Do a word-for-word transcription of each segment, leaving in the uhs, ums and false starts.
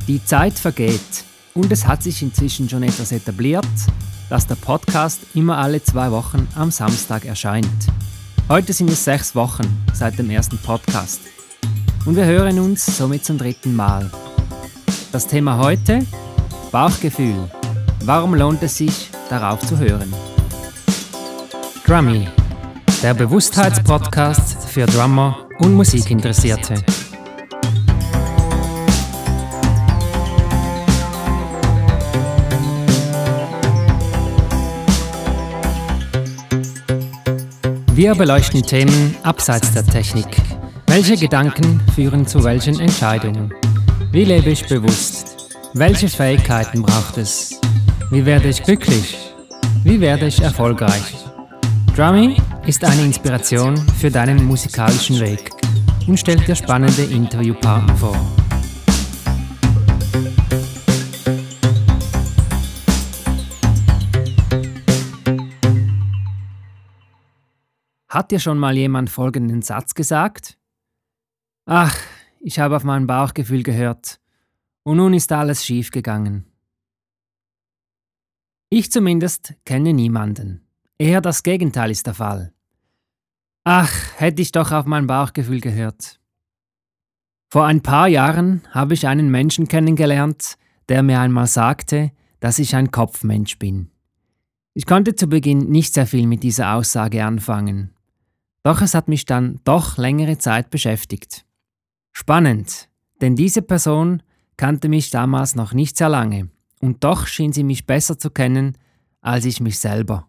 Die Zeit vergeht und es hat sich inzwischen schon etwas etabliert, dass der Podcast immer alle zwei Wochen am Samstag erscheint. Heute sind es sechs Wochen seit dem ersten Podcast und wir hören uns somit zum dritten Mal. Das Thema heute: Bauchgefühl. Warum lohnt es sich, darauf zu hören? Drummy, der Bewusstheitspodcast für Drummer und Musikinteressierte. Wir beleuchten Themen abseits der Technik. Welche Gedanken führen zu welchen Entscheidungen? Wie lebe ich bewusst? Welche Fähigkeiten braucht es? Wie werde ich glücklich? Wie werde ich erfolgreich? Drummy ist eine Inspiration für deinen musikalischen Weg und stellt dir spannende Interviewpartner vor. Hat dir schon mal jemand folgenden Satz gesagt? Ach, ich habe auf mein Bauchgefühl gehört und nun ist alles schief gegangen. Ich zumindest kenne niemanden. Eher das Gegenteil ist der Fall. Ach, hätte ich doch auf mein Bauchgefühl gehört. Vor ein paar Jahren habe ich einen Menschen kennengelernt, der mir einmal sagte, dass ich ein Kopfmensch bin. Ich konnte zu Beginn nicht sehr viel mit dieser Aussage anfangen. Doch es hat mich dann doch längere Zeit beschäftigt. Spannend, denn diese Person kannte mich damals noch nicht sehr lange und doch schien sie mich besser zu kennen als ich mich selber.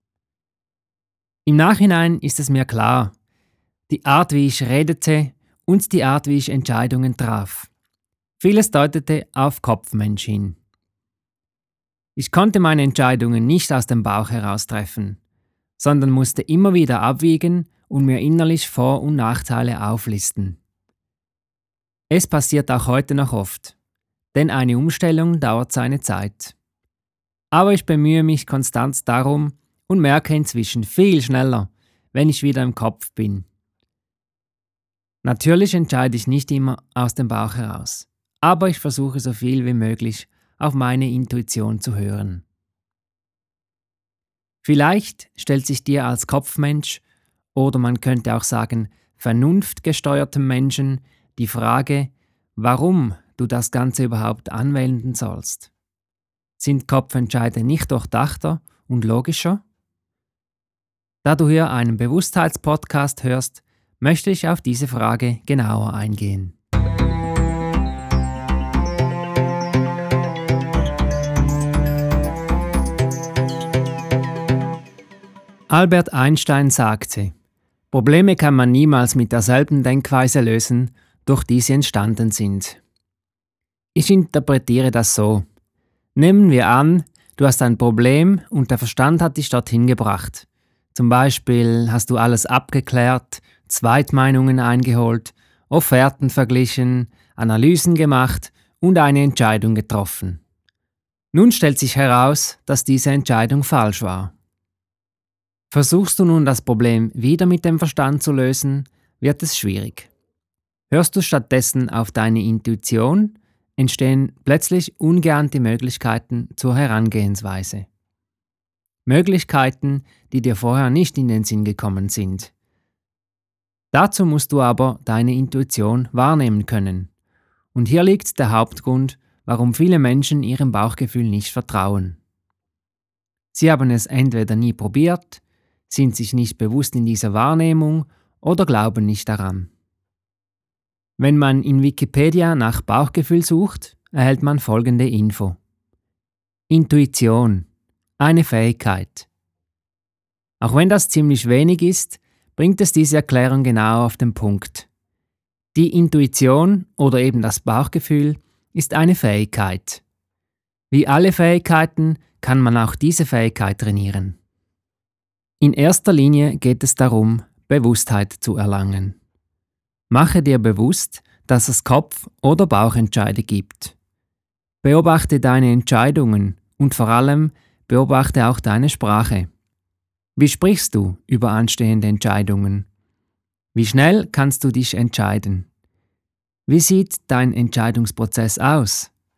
Im Nachhinein ist es mir klar, die Art, wie ich redete und die Art, wie ich Entscheidungen traf. Vieles deutete auf Kopfmensch hin. Ich konnte meine Entscheidungen nicht aus dem Bauch heraus treffen, sondern musste immer wieder abwiegen und mir innerlich Vor- und Nachteile auflisten. Es passiert auch heute noch oft, denn eine Umstellung dauert seine Zeit. Aber ich bemühe mich konstant darum und merke inzwischen viel schneller, wenn ich wieder im Kopf bin. Natürlich entscheide ich nicht immer aus dem Bauch heraus, aber ich versuche so viel wie möglich auf meine Intuition zu hören. Vielleicht stellt sich dir als Kopfmensch oder man könnte auch sagen vernunftgesteuertem Menschen die Frage, warum du das Ganze überhaupt anwenden sollst. Sind Kopfentscheide nicht durchdachter und logischer? Da du hier einen Bewusstheitspodcast hörst, möchte ich auf diese Frage genauer eingehen. Albert Einstein sagte: Probleme kann man niemals mit derselben Denkweise lösen, durch die sie entstanden sind. Ich interpretiere das so. Nehmen wir an, du hast ein Problem und der Verstand hat dich dorthin gebracht. Zum Beispiel hast du alles abgeklärt, Zweitmeinungen eingeholt, Offerten verglichen, Analysen gemacht und eine Entscheidung getroffen. Nun stellt sich heraus, dass diese Entscheidung falsch war. Versuchst du nun das Problem wieder mit dem Verstand zu lösen, wird es schwierig. Hörst du stattdessen auf deine Intuition, entstehen plötzlich ungeahnte Möglichkeiten zur Herangehensweise. Möglichkeiten, die dir vorher nicht in den Sinn gekommen sind. Dazu musst du aber deine Intuition wahrnehmen können. Und hier liegt der Hauptgrund, warum viele Menschen ihrem Bauchgefühl nicht vertrauen. Sie haben es entweder nie probiert, sind sich nicht bewusst in dieser Wahrnehmung oder glauben nicht daran. Wenn man in Wikipedia nach Bauchgefühl sucht, erhält man folgende Info. Intuition, eine Fähigkeit. Auch wenn das ziemlich wenig ist, bringt es diese Erklärung genau auf den Punkt. Die Intuition oder eben das Bauchgefühl ist eine Fähigkeit. Wie alle Fähigkeiten kann man auch diese Fähigkeit trainieren. In erster Linie geht es darum, Bewusstheit zu erlangen. Mache dir bewusst, dass es Kopf- oder Bauchentscheide gibt. Beobachte deine Entscheidungen und vor allem beobachte auch deine Sprache. Wie sprichst du über anstehende Entscheidungen? Wie schnell kannst du dich entscheiden? Wie sieht dein Entscheidungsprozess aus?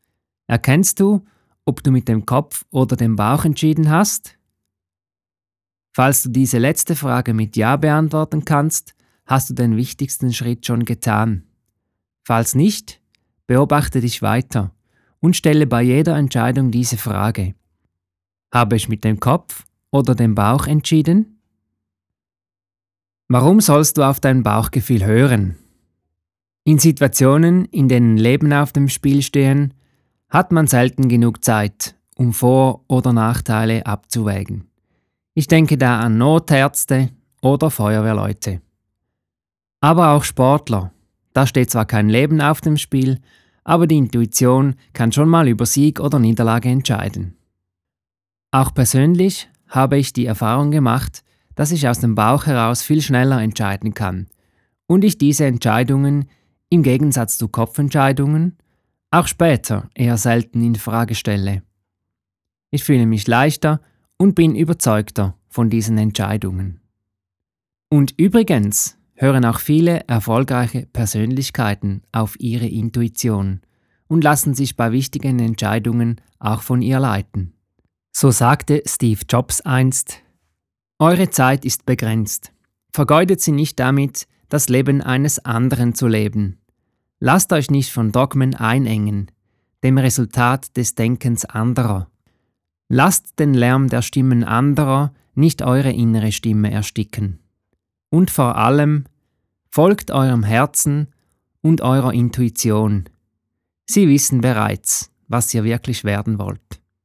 Erkennst du, ob du mit dem Kopf oder dem Bauch entschieden hast? Falls du diese letzte Frage mit Ja beantworten kannst, hast du den wichtigsten Schritt schon getan. Falls nicht, beobachte dich weiter und stelle bei jeder Entscheidung diese Frage: Habe ich mit dem Kopf oder dem Bauch entschieden? Warum sollst du auf dein Bauchgefühl hören? In Situationen, in denen Leben auf dem Spiel stehen, hat man selten genug Zeit, um Vor- oder Nachteile abzuwägen. Ich denke da an Notärzte oder Feuerwehrleute. Aber auch Sportler. Da steht zwar kein Leben auf dem Spiel, aber die Intuition kann schon mal über Sieg oder Niederlage entscheiden. Auch persönlich habe ich die Erfahrung gemacht, dass ich aus dem Bauch heraus viel schneller entscheiden kann und ich diese Entscheidungen, im Gegensatz zu Kopfentscheidungen, auch später eher selten in Frage stelle. Ich fühle mich leichter und bin überzeugter von diesen Entscheidungen. Und übrigens hören auch viele erfolgreiche Persönlichkeiten auf ihre Intuition und lassen sich bei wichtigen Entscheidungen auch von ihr leiten. So sagte Steve Jobs einst: Eure Zeit ist begrenzt. Vergeudet sie nicht damit, das Leben eines anderen zu leben. Lasst euch nicht von Dogmen einengen, dem Resultat des Denkens anderer. Lasst den Lärm der Stimmen anderer nicht eure innere Stimme ersticken. Und vor allem, folgt eurem Herzen und eurer Intuition. Sie wissen bereits, was ihr wirklich werden wollt.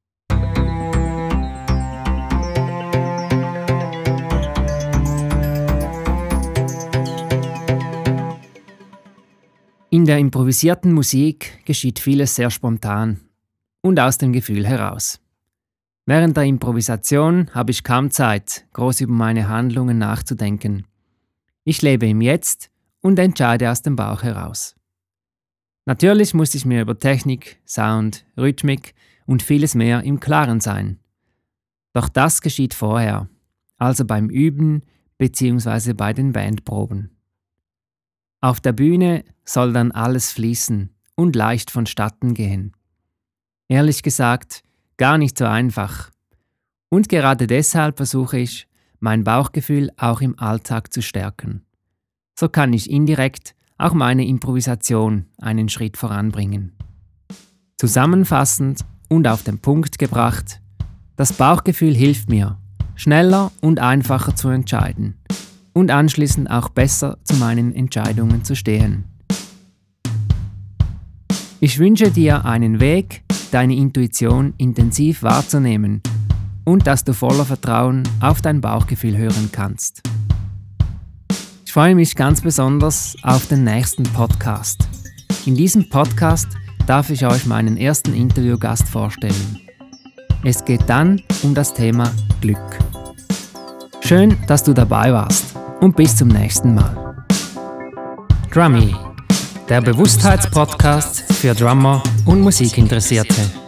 In der improvisierten Musik geschieht vieles sehr spontan und aus dem Gefühl heraus. Während der Improvisation habe ich kaum Zeit, groß über meine Handlungen nachzudenken. Ich lebe im Jetzt und entscheide aus dem Bauch heraus. Natürlich muss ich mir über Technik, Sound, Rhythmik und vieles mehr im Klaren sein. Doch das geschieht vorher, also beim Üben bzw. bei den Bandproben. Auf der Bühne soll dann alles fließen und leicht vonstatten gehen. Ehrlich gesagt, gar nicht so einfach. Und gerade deshalb versuche ich, mein Bauchgefühl auch im Alltag zu stärken. So kann ich indirekt auch meine Improvisation einen Schritt voranbringen. Zusammenfassend und auf den Punkt gebracht: Das Bauchgefühl hilft mir, schneller und einfacher zu entscheiden und anschließend auch besser zu meinen Entscheidungen zu stehen. Ich wünsche dir einen Weg, deine Intuition intensiv wahrzunehmen und dass du voller Vertrauen auf dein Bauchgefühl hören kannst. Ich freue mich ganz besonders auf den nächsten Podcast. In diesem Podcast darf ich euch meinen ersten Interviewgast vorstellen. Es geht dann um das Thema Glück. Schön, dass du dabei warst und bis zum nächsten Mal. Drummy, der Bewusstheitspodcast für Drummer und Musikinteressierte.